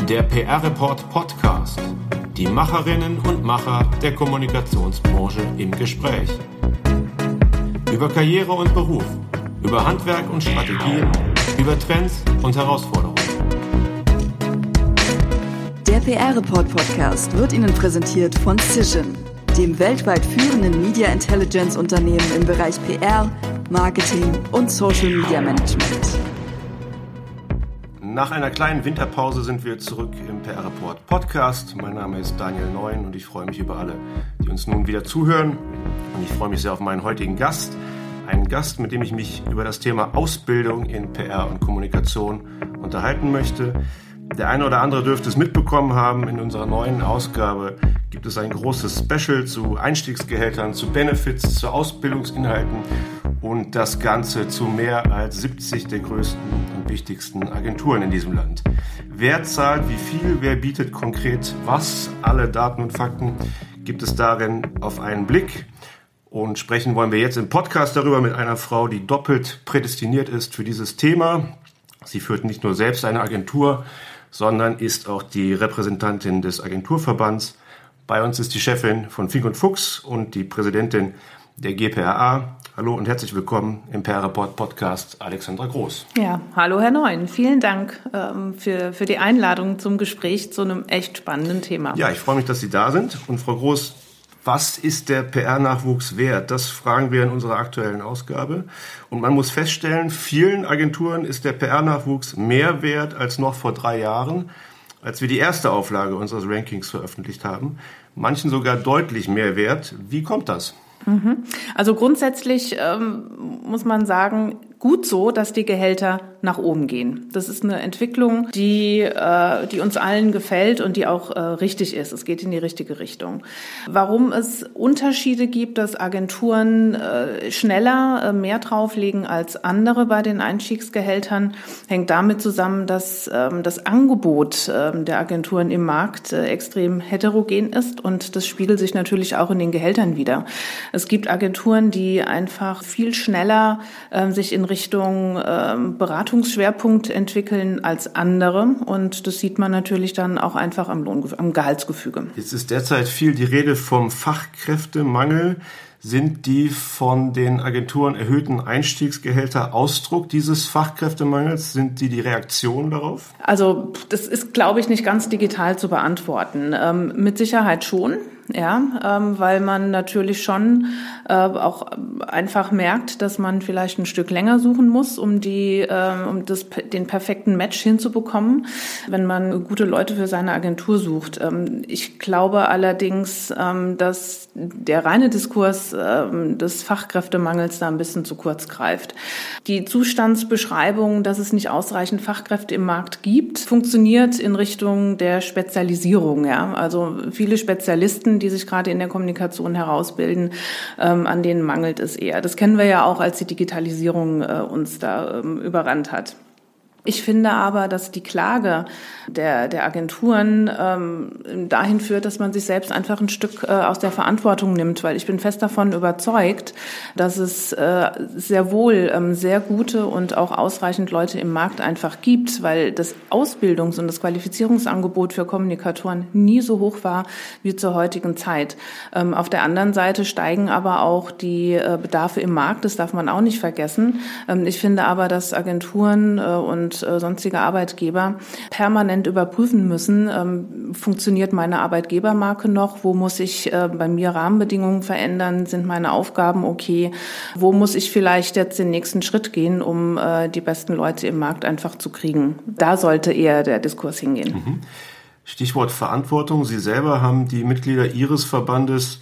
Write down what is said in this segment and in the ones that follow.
Der PR-Report Podcast. Die Macherinnen und Macher der Kommunikationsbranche im Gespräch. Über Karriere und Beruf, über Handwerk und Strategien, über Trends und Herausforderungen. Der PR-Report Podcast wird Ihnen präsentiert von Cision, dem weltweit führenden Media Intelligence Unternehmen im Bereich PR, Marketing und Social Media Management. Nach einer kleinen Winterpause sind wir zurück im PR-Report Podcast. Mein Name ist Daniel Neuen und ich freue mich über alle, die uns nun wieder zuhören. Und ich freue mich sehr auf meinen heutigen Gast. Einen Gast, mit dem ich mich über das Thema Ausbildung in PR und Kommunikation unterhalten möchte. Der eine oder andere dürfte es mitbekommen haben. In unserer neuen Ausgabe gibt es ein großes Special zu Einstiegsgehältern, zu Benefits, zu Ausbildungsinhalten und das Ganze zu mehr als 70 der größten und wichtigsten Agenturen in diesem Land. Wer zahlt wie viel, wer bietet konkret was, alle Daten und Fakten gibt es darin auf einen Blick. Und sprechen wollen wir jetzt im Podcast darüber mit einer Frau, die doppelt prädestiniert ist für dieses Thema. Sie führt nicht nur selbst eine Agentur, sondern ist auch die Repräsentantin des Agenturverbands. Bei uns ist die Chefin von Fink & Fuchs und die Präsidentin der GPRA. Hallo und herzlich willkommen im PR-Report Podcast, Alexandra Groß. Ja, hallo Herr Neuen. Vielen Dank für die Einladung zum Gespräch zu einem echt spannenden Thema. Ja, ich freue mich, dass Sie da sind. Und Frau Groß, was ist der PR-Nachwuchs wert? Das fragen wir in unserer aktuellen Ausgabe. Und man muss feststellen, vielen Agenturen ist der PR-Nachwuchs mehr wert als noch vor 3 Jahren, als wir die erste Auflage unseres Rankings veröffentlicht haben. Manchen sogar deutlich mehr wert. Wie kommt das? Also grundsätzlich muss man sagen, gut so, dass die Gehälter nach oben gehen. Das ist eine Entwicklung, die uns allen gefällt und die auch richtig ist. Es geht in die richtige Richtung. Warum es Unterschiede gibt, dass Agenturen schneller mehr drauflegen als andere bei den Einstiegsgehältern, hängt damit zusammen, dass das Angebot der Agenturen im Markt extrem heterogen ist und das spiegelt sich natürlich auch in den Gehältern wider. Es gibt Agenturen, die einfach viel schneller sich in Richtung Beratungsschwerpunkt entwickeln als andere. Und das sieht man natürlich dann auch einfach am Gehaltsgefüge. Jetzt ist derzeit viel die Rede vom Fachkräftemangel. Sind die von den Agenturen erhöhten Einstiegsgehälter Ausdruck dieses Fachkräftemangels? Sind die Reaktion darauf? Also das ist, glaube ich, nicht ganz digital zu beantworten. Mit Sicherheit schon. Ja, weil man natürlich schon auch einfach merkt, dass man vielleicht ein Stück länger suchen muss, um den perfekten Match hinzubekommen, wenn man gute Leute für seine Agentur sucht. Ich glaube allerdings, dass der reine Diskurs des Fachkräftemangels da ein bisschen zu kurz greift. Die Zustandsbeschreibung, dass es nicht ausreichend Fachkräfte im Markt gibt, funktioniert in Richtung der Spezialisierung. Ja, also viele Spezialisten, die sich gerade in der Kommunikation herausbilden, an denen mangelt es eher. Das kennen wir ja auch, als die Digitalisierung uns da überrannt hat. Ich finde aber, dass die Klage der Agenturen dahin führt, dass man sich selbst einfach ein Stück aus der Verantwortung nimmt, weil ich bin fest davon überzeugt, dass es sehr wohl sehr gute und auch ausreichend Leute im Markt einfach gibt, weil das Ausbildungs- und das Qualifizierungsangebot für Kommunikatoren nie so hoch war wie zur heutigen Zeit. Auf der anderen Seite steigen aber auch die Bedarfe im Markt, das darf man auch nicht vergessen. Ich finde aber, dass Agenturen und sonstige Arbeitgeber permanent überprüfen müssen, funktioniert meine Arbeitgebermarke noch, wo muss ich bei mir Rahmenbedingungen verändern, sind meine Aufgaben okay, wo muss ich vielleicht jetzt den nächsten Schritt gehen, um die besten Leute im Markt einfach zu kriegen. Da sollte eher der Diskurs hingehen. Stichwort Verantwortung. Sie selber haben die Mitglieder Ihres Verbandes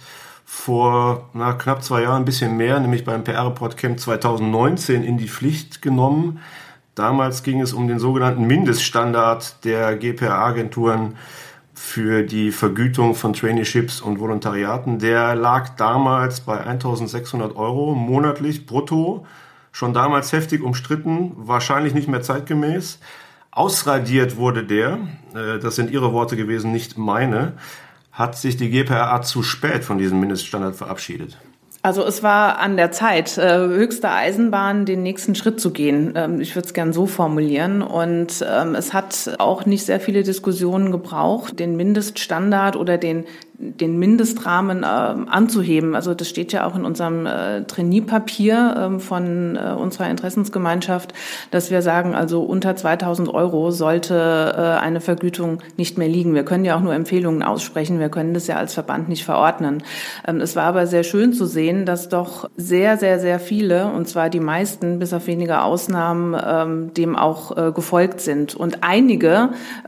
vor knapp 2 Jahren ein bisschen mehr, nämlich beim PR-Report Camp 2019 in die Pflicht genommen. Damals ging es um den sogenannten Mindeststandard der GPRA-Agenturen für die Vergütung von Traineeships und Volontariaten. Der lag damals bei 1.600 € monatlich brutto. Schon damals heftig umstritten, wahrscheinlich nicht mehr zeitgemäß. Ausradiert wurde der, das sind Ihre Worte gewesen, nicht meine, hat sich die GPRA zu spät von diesem Mindeststandard verabschiedet. Also es war an der Zeit, höchste Eisenbahn, den nächsten Schritt zu gehen. Ich würde es gern so formulieren. Und es hat auch nicht sehr viele Diskussionen gebraucht, den Mindeststandard oder den Mindestrahmen anzuheben. Also das steht ja auch in unserem Trainee-Papier von unserer Interessensgemeinschaft, dass wir sagen, also unter 2.000 € sollte eine Vergütung nicht mehr liegen. Wir können ja auch nur Empfehlungen aussprechen. Wir können das ja als Verband nicht verordnen. Es war aber sehr schön zu sehen, dass doch sehr, sehr, sehr viele, und zwar die meisten, bis auf wenige Ausnahmen, dem auch gefolgt sind. Und einige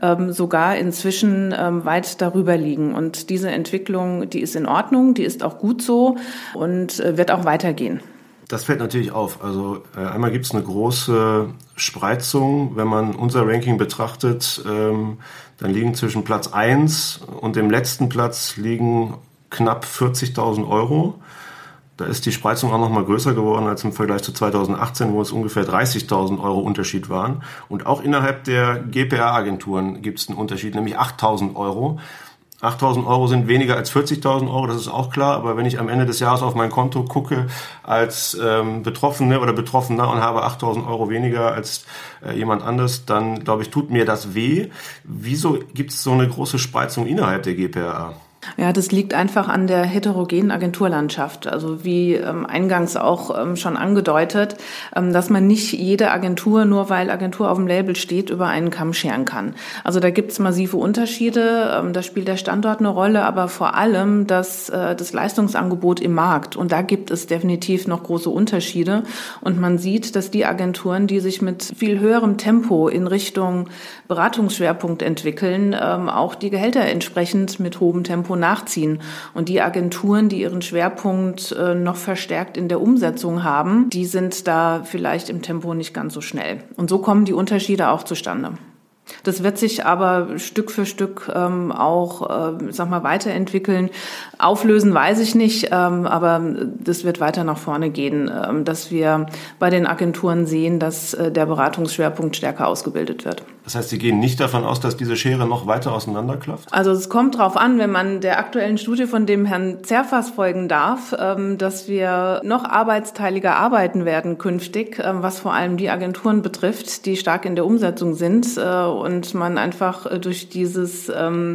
sogar inzwischen weit darüber liegen. Und diese Entwicklung, die ist in Ordnung, die ist auch gut so und wird auch weitergehen. Das fällt natürlich auf. Also einmal gibt es eine große Spreizung. Wenn man unser Ranking betrachtet, dann liegen zwischen Platz 1 und dem letzten Platz liegen knapp 40.000 €. Da ist die Spreizung auch noch mal größer geworden als im Vergleich zu 2018, wo es ungefähr 30.000 € Unterschied waren. Und auch innerhalb der GPA-Agenturen gibt es einen Unterschied, nämlich 8.000 €. 8.000 € sind weniger als 40.000 €, das ist auch klar. Aber wenn ich am Ende des Jahres auf mein Konto gucke als Betroffene oder Betroffener und habe 8.000 € weniger als jemand anderes, dann, glaube ich, tut mir das weh. Wieso gibt es so eine große Spreizung innerhalb der GPA? Ja, das liegt einfach an der heterogenen Agenturlandschaft. Also wie eingangs auch schon angedeutet, dass man nicht jede Agentur, nur weil Agentur auf dem Label steht, über einen Kamm scheren kann. Also da gibt's massive Unterschiede. Da spielt der Standort eine Rolle, aber vor allem das Leistungsangebot im Markt. Und da gibt es definitiv noch große Unterschiede. Und man sieht, dass die Agenturen, die sich mit viel höherem Tempo in Richtung Beratungsschwerpunkt entwickeln, auch die Gehälter entsprechend mit hohem Tempo nachziehen. Und die Agenturen, die ihren Schwerpunkt noch verstärkt in der Umsetzung haben, die sind da vielleicht im Tempo nicht ganz so schnell. Und so kommen die Unterschiede auch zustande. Das wird sich aber Stück für Stück auch, weiterentwickeln. Auflösen weiß ich nicht, aber das wird weiter nach vorne gehen, dass wir bei den Agenturen sehen, dass der Beratungsschwerpunkt stärker ausgebildet wird. Das heißt, Sie gehen nicht davon aus, dass diese Schere noch weiter auseinanderklafft? Also es kommt drauf an, wenn man der aktuellen Studie von dem Herrn Zerfas folgen darf, dass wir noch arbeitsteiliger arbeiten werden künftig, was vor allem die Agenturen betrifft, die stark in der Umsetzung sind und man einfach durch dieses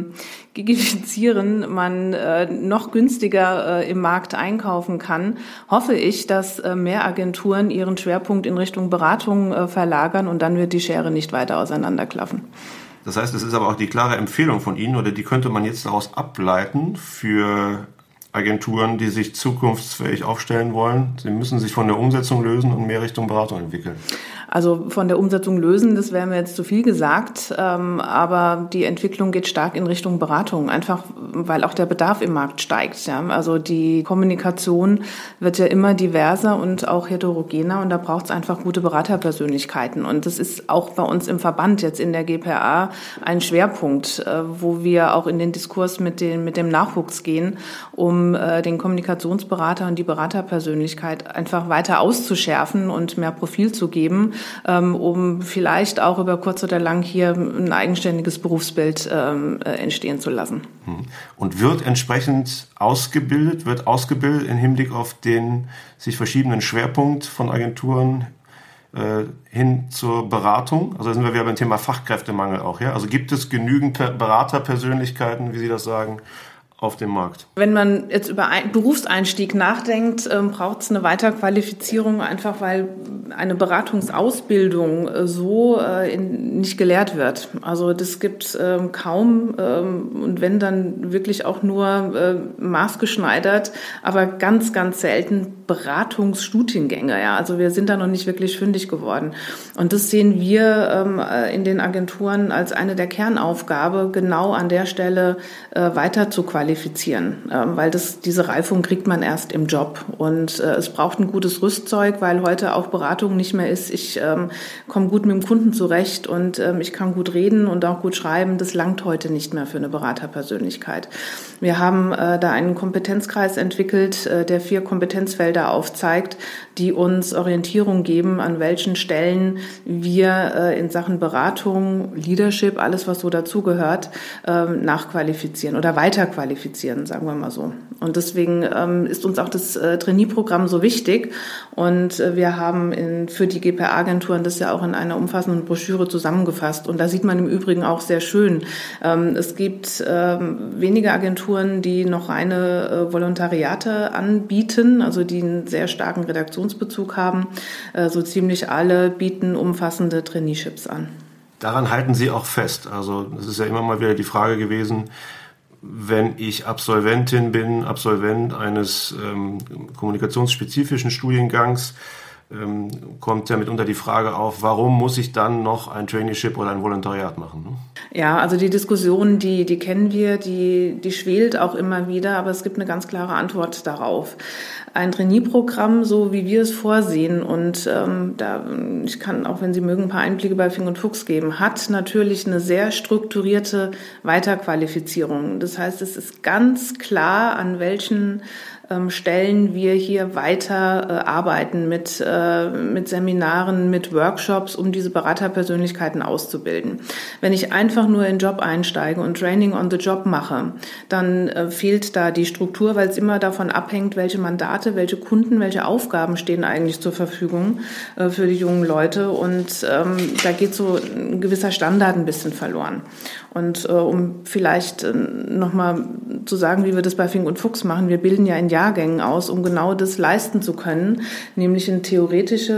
Gigifizieren man noch günstiger im Markt einkaufen kann, hoffe ich, dass mehr Agenturen ihren Schwerpunkt in Richtung Beratung verlagern und dann wird die Schere nicht weiter auseinanderklaffen. Das heißt, es ist aber auch die klare Empfehlung von Ihnen, oder die könnte man jetzt daraus ableiten für Agenturen, die sich zukunftsfähig aufstellen wollen. Sie müssen sich von der Umsetzung lösen und mehr Richtung Beratung entwickeln. Also von der Umsetzung lösen, das wäre mir jetzt zu viel gesagt, aber die Entwicklung geht stark in Richtung Beratung, einfach weil auch der Bedarf im Markt steigt. Ja. Also die Kommunikation wird ja immer diverser und auch heterogener und da braucht es einfach gute Beraterpersönlichkeiten. Und das ist auch bei uns im Verband jetzt in der GPA ein Schwerpunkt, wo wir auch in den Diskurs mit dem Nachwuchs gehen, um den Kommunikationsberater und die Beraterpersönlichkeit einfach weiter auszuschärfen und mehr Profil zu geben, um vielleicht auch über kurz oder lang hier ein eigenständiges Berufsbild entstehen zu lassen. Und wird entsprechend ausgebildet im Hinblick auf den sich verschiedenen Schwerpunkt von Agenturen hin zur Beratung? Also da sind wir wieder beim Thema Fachkräftemangel auch. Ja? Also gibt es genügend Beraterpersönlichkeiten, wie Sie das sagen, auf dem Markt? Wenn man jetzt über Berufseinstieg nachdenkt, braucht es eine Weiterqualifizierung, einfach weil eine Beratungsausbildung so nicht gelehrt wird. Also das gibt kaum und wenn dann wirklich auch nur maßgeschneidert, aber ganz, ganz selten Beratungsstudiengänge. Ja, also wir sind da noch nicht wirklich fündig geworden. Und das sehen wir in den Agenturen als eine der Kernaufgabe, genau an der Stelle weiter zu qualifizieren, weil diese Reifung kriegt man erst im Job. Und es braucht ein gutes Rüstzeug, weil heute auch Beratung nicht mehr ist. Ich komme gut mit dem Kunden zurecht und ich kann gut reden und auch gut schreiben. Das langt heute nicht mehr für eine Beraterpersönlichkeit. Wir haben da einen Kompetenzkreis entwickelt, der 4 Kompetenzfelder Felder aufzeigt, die uns Orientierung geben, an welchen Stellen wir in Sachen Beratung, Leadership, alles was so dazugehört, nachqualifizieren oder weiterqualifizieren, sagen wir mal so. Und deswegen ist uns auch das Trainee-Programm so wichtig. Und wir haben für die GPA-Agenturen das ja auch in einer umfassenden Broschüre zusammengefasst. Und da sieht man im Übrigen auch sehr schön, es gibt wenige Agenturen, die noch reine Volontariate anbieten, also die einen sehr starken Redaktionsbezug haben. So ziemlich alle bieten umfassende Traineeships an. Daran halten Sie auch fest. Also es ist ja immer mal wieder die Frage gewesen, wenn ich Absolventin bin, Absolvent eines kommunikationsspezifischen Studiengangs, kommt ja mitunter die Frage auf, warum muss ich dann noch ein Traineeship oder ein Volontariat machen? Ne? Ja, also die Diskussion, die kennen wir, die schwelt auch immer wieder, aber es gibt eine ganz klare Antwort darauf. Ein Trainee-Programm, so wie wir es vorsehen, und ich kann, auch wenn Sie mögen, ein paar Einblicke bei Fink und Fuchs geben, hat natürlich eine sehr strukturierte Weiterqualifizierung. Das heißt, es ist ganz klar, an welchen Stellen wir hier weiter arbeiten mit Seminaren, mit Workshops, um diese Beraterpersönlichkeiten auszubilden. Wenn ich einfach nur in den Job einsteige und Training on the Job mache, dann fehlt da die Struktur, weil es immer davon abhängt, welche Mandate, welche Kunden, welche Aufgaben stehen eigentlich zur Verfügung für die jungen Leute. Und da geht so ein gewisser Standard ein bisschen verloren. Und um vielleicht nochmal zu sagen, wie wir das bei Fink und Fuchs machen, wir bilden ja in Jahrgängen aus, um genau das leisten zu können, nämlich eine theoretische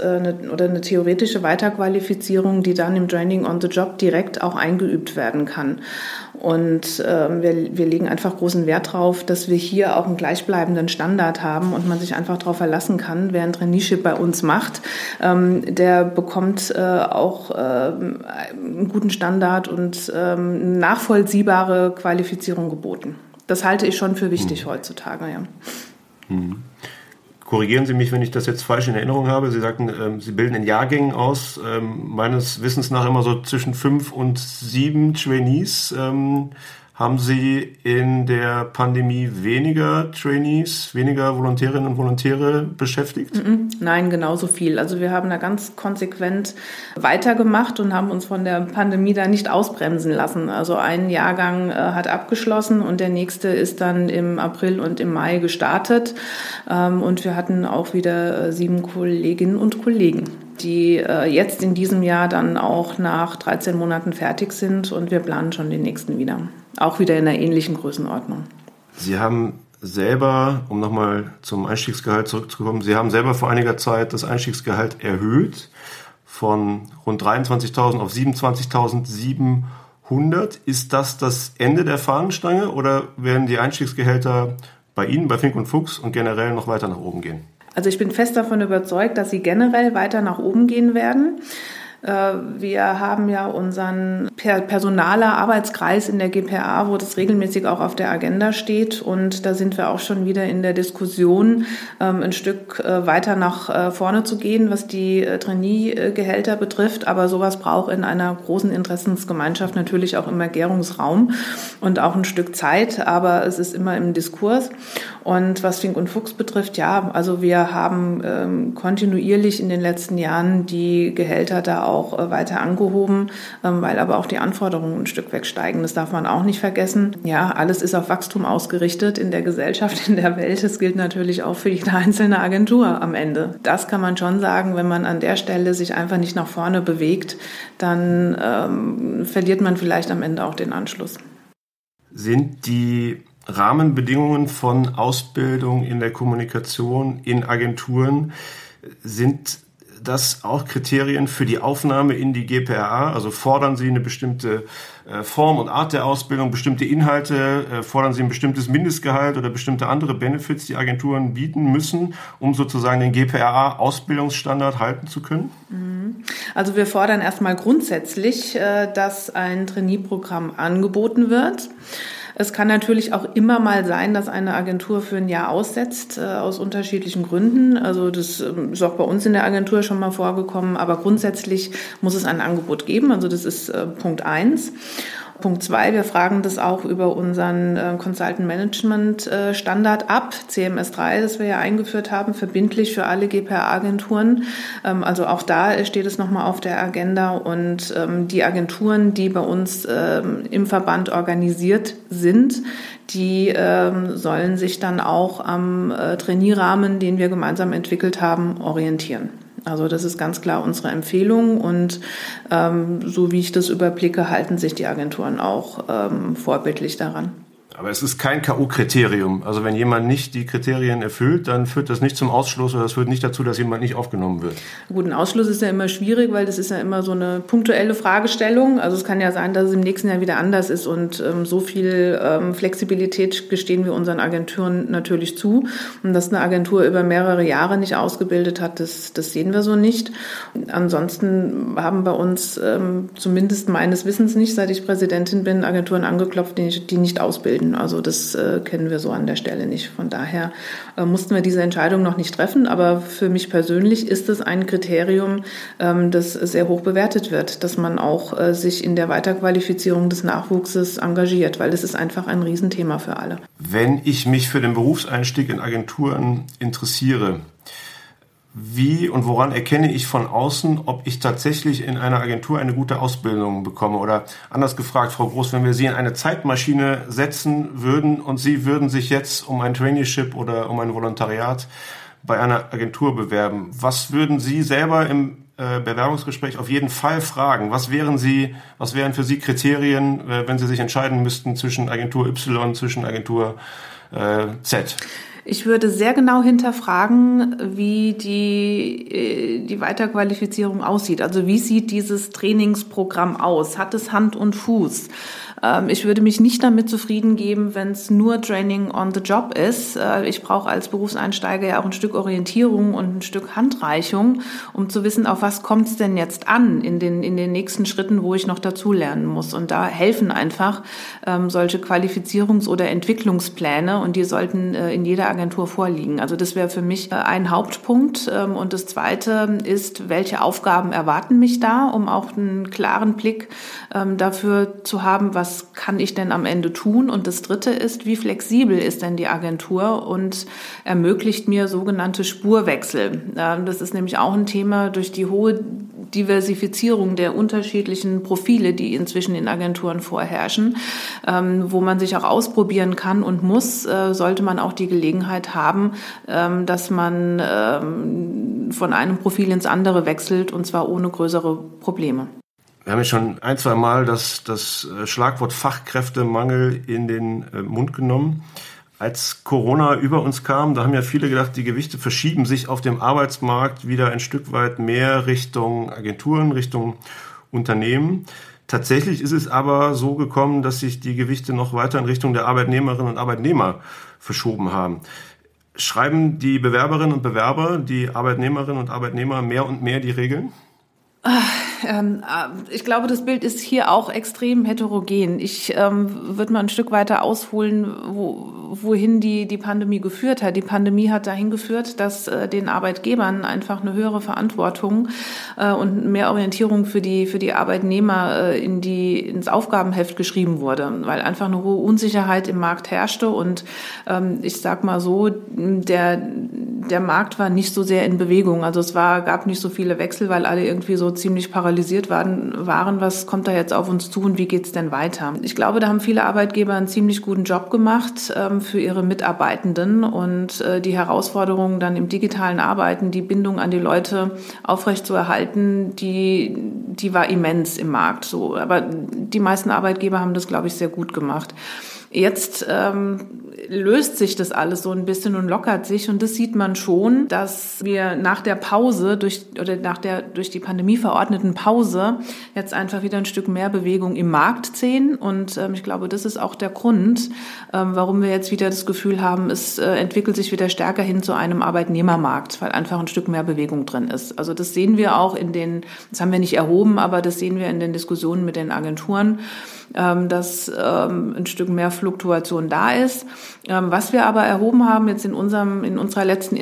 Weiterqualifizierung, die dann im Training on the Job direkt auch eingeübt werden kann. Und wir legen einfach großen Wert darauf, dass wir hier auch einen gleichbleibenden Standard haben und man sich einfach darauf verlassen kann, wer ein Traineeship bei uns macht, der bekommt auch einen guten Standard und eine nachvollziehbare Qualifizierung geboten. Das halte ich schon für wichtig heutzutage, ja. Korrigieren Sie mich, wenn ich das jetzt falsch in Erinnerung habe. Sie sagten, Sie bilden in Jahrgängen aus. Meines Wissens nach immer so zwischen 5 und 7 Trainees. Haben Sie in der Pandemie weniger Trainees, weniger Volontärinnen und Volontäre beschäftigt? Nein, genauso viel. Also wir haben da ganz konsequent weitergemacht und haben uns von der Pandemie da nicht ausbremsen lassen. Also ein Jahrgang hat abgeschlossen und der nächste ist dann im April und im Mai gestartet. Und wir hatten auch wieder 7 Kolleginnen und Kollegen, die jetzt in diesem Jahr dann auch nach 13 Monaten fertig sind, und wir planen schon den nächsten wieder. Auch wieder in einer ähnlichen Größenordnung. Sie haben selber, um nochmal zum Einstiegsgehalt zurückzukommen, Sie haben selber vor einiger Zeit das Einstiegsgehalt erhöht von rund 23.000 auf 27.700. Ist das Ende der Fahnenstange oder werden die Einstiegsgehälter bei Ihnen, bei Fink und Fuchs und generell noch weiter nach oben gehen? Also ich bin fest davon überzeugt, dass sie generell weiter nach oben gehen werden. Wir haben ja unseren personaler Arbeitskreis in der GPA, wo das regelmäßig auch auf der Agenda steht. Und da sind wir auch schon wieder in der Diskussion, ein Stück weiter nach vorne zu gehen, was die Trainee-Gehälter betrifft. Aber sowas braucht in einer großen Interessensgemeinschaft natürlich auch immer Gärungsraum und auch ein Stück Zeit. Aber es ist immer im Diskurs. Und was Fink und Fuchs betrifft, ja, also wir haben kontinuierlich in den letzten Jahren die Gehälter da auch weiter angehoben, weil aber auch die Anforderungen ein Stück wegsteigen. Das darf man auch nicht vergessen. Ja, alles ist auf Wachstum ausgerichtet in der Gesellschaft, in der Welt. Das gilt natürlich auch für jede einzelne Agentur am Ende. Das kann man schon sagen, wenn man an der Stelle sich einfach nicht nach vorne bewegt, dann verliert man vielleicht am Ende auch den Anschluss. Sind die Rahmenbedingungen von Ausbildung in der Kommunikation in Agenturen, sind das auch Kriterien für die Aufnahme in die GPRA? Also fordern Sie eine bestimmte Form und Art der Ausbildung, bestimmte Inhalte, fordern Sie ein bestimmtes Mindestgehalt oder bestimmte andere Benefits, die Agenturen bieten müssen, um sozusagen den GPRA-Ausbildungsstandard halten zu können? Also wir fordern erstmal grundsätzlich, dass ein Trainee-Programm angeboten wird. Es kann natürlich auch immer mal sein, dass eine Agentur für ein Jahr aussetzt, aus unterschiedlichen Gründen. Also das ist auch bei uns in der Agentur schon mal vorgekommen. Aber grundsätzlich muss es ein Angebot geben. Also das ist Punkt 1. Punkt 2, wir fragen das auch über unseren Consultant Management Standard ab, CMS3, das wir ja eingeführt haben, verbindlich für alle GPR-Agenturen. Also auch da steht es nochmal auf der Agenda und die Agenturen, die bei uns im Verband organisiert sind, die sollen sich dann auch am Trainierrahmen, den wir gemeinsam entwickelt haben, orientieren. Also das ist ganz klar unsere Empfehlung und so wie ich das überblicke, halten sich die Agenturen auch vorbildlich daran. Aber es ist kein K.O.-Kriterium. Also wenn jemand nicht die Kriterien erfüllt, dann führt das nicht zum Ausschluss oder das führt nicht dazu, dass jemand nicht aufgenommen wird. Gut, ein Ausschluss ist ja immer schwierig, weil das ist ja immer so eine punktuelle Fragestellung. Also es kann ja sein, dass es im nächsten Jahr wieder anders ist und so viel Flexibilität gestehen wir unseren Agenturen natürlich zu. Und dass eine Agentur über mehrere Jahre nicht ausgebildet hat, das sehen wir so nicht. Ansonsten haben bei uns zumindest meines Wissens nicht, seit ich Präsidentin bin, Agenturen angeklopft, die nicht ausbilden. Also das kennen wir so an der Stelle nicht. Von daher mussten wir diese Entscheidung noch nicht treffen. Aber für mich persönlich ist es ein Kriterium, das sehr hoch bewertet wird, dass man auch sich in der Weiterqualifizierung des Nachwuchses engagiert, weil das ist einfach ein Riesenthema für alle. Wenn ich mich für den Berufseinstieg in Agenturen interessiere, wie und woran erkenne ich von außen, ob ich tatsächlich in einer Agentur eine gute Ausbildung bekomme? Oder anders gefragt, Frau Groß, wenn wir Sie in eine Zeitmaschine setzen würden und Sie würden sich jetzt um ein Traineeship oder um ein Volontariat bei einer Agentur bewerben, was würden Sie selber im Bewerbungsgespräch auf jeden Fall fragen? Was wären für Sie Kriterien, wenn Sie sich entscheiden müssten zwischen Agentur Y, zwischen Agentur Z? Ich würde sehr genau hinterfragen, wie die Weiterqualifizierung aussieht. Also wie sieht dieses Trainingsprogramm aus? Hat es Hand und Fuß? Ich würde mich nicht damit zufrieden geben, wenn es nur Training on the Job ist. Ich brauche als Berufseinsteiger ja auch ein Stück Orientierung und ein Stück Handreichung, um zu wissen, auf was kommt es denn jetzt an in den nächsten Schritten, wo ich noch dazulernen muss. Und da helfen einfach solche Qualifizierungs- oder Entwicklungspläne und die sollten in jeder Agentur vorliegen. Also das wäre für mich ein Hauptpunkt. Und das Zweite ist, welche Aufgaben erwarten mich da, um auch einen klaren Blick dafür zu haben, was kann ich denn am Ende tun? Und das Dritte ist, wie flexibel ist denn die Agentur und ermöglicht mir sogenannte Spurwechsel? Das ist nämlich auch ein Thema durch die hohe Diversifizierung der unterschiedlichen Profile, die inzwischen in Agenturen vorherrschen, wo man sich auch ausprobieren kann und muss, sollte man auch die Gelegenheit haben, dass man von einem Profil ins andere wechselt und zwar ohne größere Probleme. Wir haben ja schon ein, zwei Mal das Schlagwort Fachkräftemangel in den Mund genommen. Als Corona über uns kam, da haben ja viele gedacht, die Gewichte verschieben sich auf dem Arbeitsmarkt wieder ein Stück weit mehr Richtung Agenturen, Richtung Unternehmen. Tatsächlich ist es aber so gekommen, dass sich die Gewichte noch weiter in Richtung der Arbeitnehmerinnen und Arbeitnehmer verschoben haben. Schreiben die Bewerberinnen und Bewerber, die Arbeitnehmerinnen und Arbeitnehmer mehr und mehr die Regeln? Ich glaube, das Bild ist hier auch extrem heterogen. Ich würde mal ein Stück weiter ausholen, wohin die Pandemie geführt hat. Die Pandemie hat dahin geführt, dass den Arbeitgebern einfach eine höhere Verantwortung und mehr Orientierung für die Arbeitnehmer ins Aufgabenheft geschrieben wurde, weil einfach eine hohe Unsicherheit im Markt herrschte und ich sag mal so, der Markt war nicht so sehr in Bewegung. Also gab nicht so viele Wechsel, weil alle irgendwie so ziemlich paralysierend waren. Was kommt da jetzt auf uns zu und wie geht's denn weiter? Ich glaube, da haben viele Arbeitgeber einen ziemlich guten Job gemacht für ihre Mitarbeitenden und die Herausforderungen dann im digitalen Arbeiten, die Bindung an die Leute aufrechtzuerhalten, die war immens im Markt. So, aber die meisten Arbeitgeber haben das, glaube ich, sehr gut gemacht. Jetzt löst sich das alles so ein bisschen und lockert sich und das sieht man schon, dass wir nach der Pause durch die Pandemie verordneten Pause jetzt einfach wieder ein Stück mehr Bewegung im Markt sehen und ich glaube, das ist auch der Grund, warum wir jetzt wieder das Gefühl haben, es entwickelt sich wieder stärker hin zu einem Arbeitnehmermarkt, weil einfach ein Stück mehr Bewegung drin ist. Also das sehen wir auch das haben wir nicht erhoben, aber das sehen wir in den Diskussionen mit den Agenturen, dass ein Stück mehr Fluktuation da ist. Was wir aber erhoben haben jetzt in unserer letzten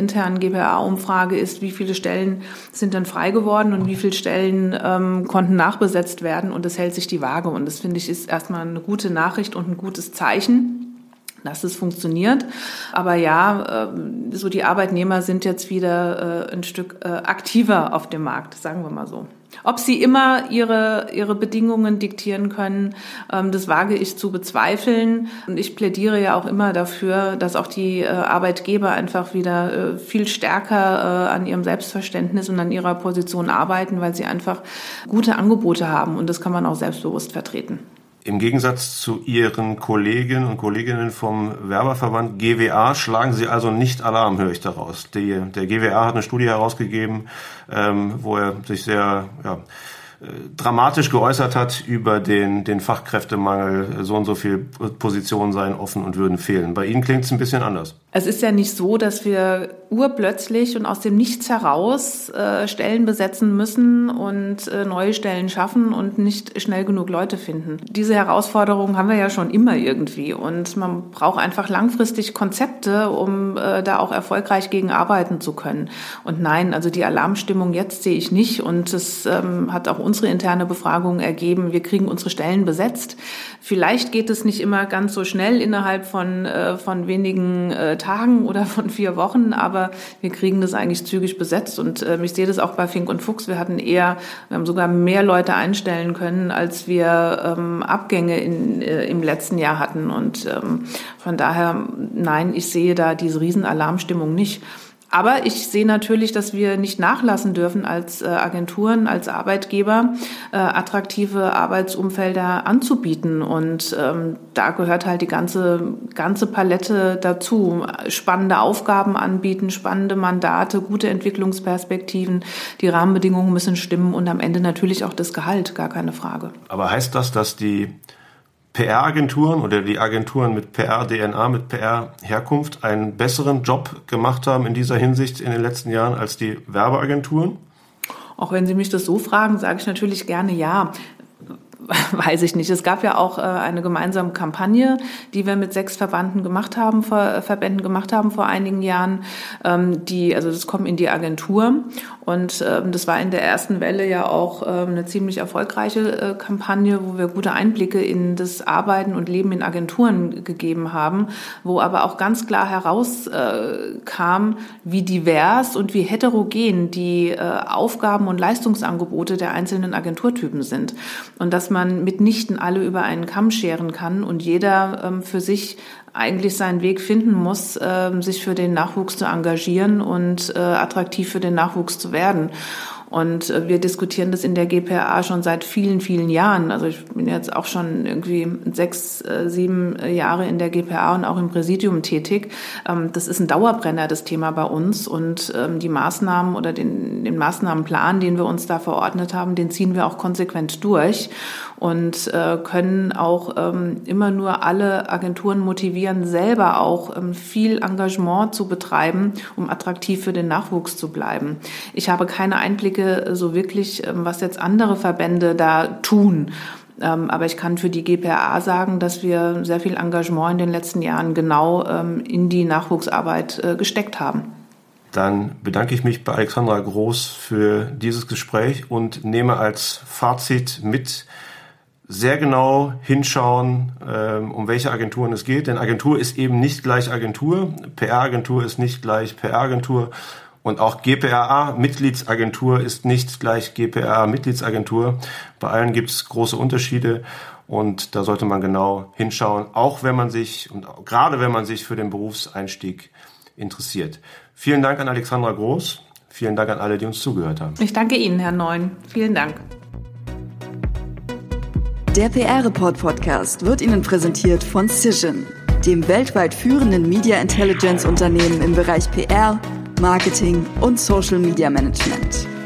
internen GPA-Umfrage ist, wie viele Stellen sind dann frei geworden und wie viele Stellen konnten nachbesetzt werden. Und das hält sich die Waage. Und das, finde ich, ist erstmal eine gute Nachricht und ein gutes Zeichen, dass es funktioniert. Aber ja, so die Arbeitnehmer sind jetzt wieder ein Stück aktiver auf dem Markt, sagen wir mal so. Ob sie immer ihre Bedingungen diktieren können, das wage ich zu bezweifeln. Und ich plädiere ja auch immer dafür, dass auch die Arbeitgeber einfach wieder viel stärker an ihrem Selbstverständnis und an ihrer Position arbeiten, weil sie einfach gute Angebote haben. Und das kann man auch selbstbewusst vertreten. Im Gegensatz zu Ihren Kollegen und Kolleginnen vom Werberverband GWA schlagen Sie also nicht Alarm, höre ich daraus. Der GWA hat eine Studie herausgegeben, wo er sich sehr dramatisch geäußert hat über den Fachkräftemangel. So und so viele Positionen seien offen und würden fehlen. Bei Ihnen klingt es ein bisschen anders. Es ist ja nicht so, dass wir urplötzlich und aus dem Nichts heraus Stellen besetzen müssen und neue Stellen schaffen und nicht schnell genug Leute finden. Diese Herausforderungen haben wir ja schon immer irgendwie und man braucht einfach langfristig Konzepte, um da auch erfolgreich gegen arbeiten zu können. Und nein, also die Alarmstimmung jetzt sehe ich nicht und das hat auch unsere interne Befragung ergeben. Wir kriegen unsere Stellen besetzt. Vielleicht geht es nicht immer ganz so schnell innerhalb von wenigen Tagen oder von 4 Wochen, aber wir kriegen das eigentlich zügig besetzt und ich sehe das auch bei Fink und Fuchs. Wir haben sogar mehr Leute einstellen können, als wir Abgänge im letzten Jahr hatten und von daher, nein, ich sehe da diese Riesenalarmstimmung nicht. Aber ich sehe natürlich, dass wir nicht nachlassen dürfen als Agenturen, als Arbeitgeber, attraktive Arbeitsumfelder anzubieten. Und da gehört halt die ganze Palette dazu. Spannende Aufgaben anbieten, spannende Mandate, gute Entwicklungsperspektiven. Die Rahmenbedingungen müssen stimmen und am Ende natürlich auch das Gehalt, gar keine Frage. Aber heißt das, dass die PR-Agenturen oder die Agenturen mit PR-DNA, mit PR-Herkunft einen besseren Job gemacht haben in dieser Hinsicht in den letzten Jahren als die Werbeagenturen? Auch wenn Sie mich das so fragen, sage ich natürlich gerne ja. Weiß ich nicht. Es gab ja auch eine gemeinsame Kampagne, die wir mit 6 Verbänden gemacht haben vor einigen Jahren. Das kommt in die Agentur. Und das war in der ersten Welle ja auch eine ziemlich erfolgreiche Kampagne, wo wir gute Einblicke in das Arbeiten und Leben in Agenturen gegeben haben, wo aber auch ganz klar herauskam, wie divers und wie heterogen die Aufgaben und Leistungsangebote der einzelnen Agenturtypen sind. Und dass man mitnichten alle über einen Kamm scheren kann und jeder für sich eigentlich seinen Weg finden muss, sich für den Nachwuchs zu engagieren und attraktiv für den Nachwuchs zu werden. Und wir diskutieren das in der GPA schon seit vielen, vielen Jahren. Also ich bin jetzt auch schon irgendwie 6, 7 Jahre in der GPA und auch im Präsidium tätig. Das ist ein Dauerbrenner, das Thema bei uns. Und die Maßnahmen oder den Maßnahmenplan, den wir uns da verordnet haben, den ziehen wir auch konsequent durch und können auch immer nur alle Agenturen motivieren, selber auch viel Engagement zu betreiben, um attraktiv für den Nachwuchs zu bleiben. Ich habe keine Einblicke so wirklich, was jetzt andere Verbände da tun. Aber ich kann für die GPA sagen, dass wir sehr viel Engagement in den letzten Jahren genau in die Nachwuchsarbeit gesteckt haben. Dann bedanke ich mich bei Alexandra Groß für dieses Gespräch und nehme als Fazit mit, sehr genau hinschauen, um welche Agenturen es geht. Denn Agentur ist eben nicht gleich Agentur. PR-Agentur ist nicht gleich PR-Agentur. Und auch GPA-Mitgliedsagentur ist nicht gleich GPA-Mitgliedsagentur. Bei allen gibt es große Unterschiede. Und da sollte man genau hinschauen, auch wenn man sich und gerade wenn man sich für den Berufseinstieg interessiert. Vielen Dank an Alexandra Groß. Vielen Dank an alle, die uns zugehört haben. Ich danke Ihnen, Herr Neun. Vielen Dank. Der PR-Report-Podcast wird Ihnen präsentiert von Cision, dem weltweit führenden Media Intelligence Unternehmen im Bereich PR, Marketing und Social Media Management.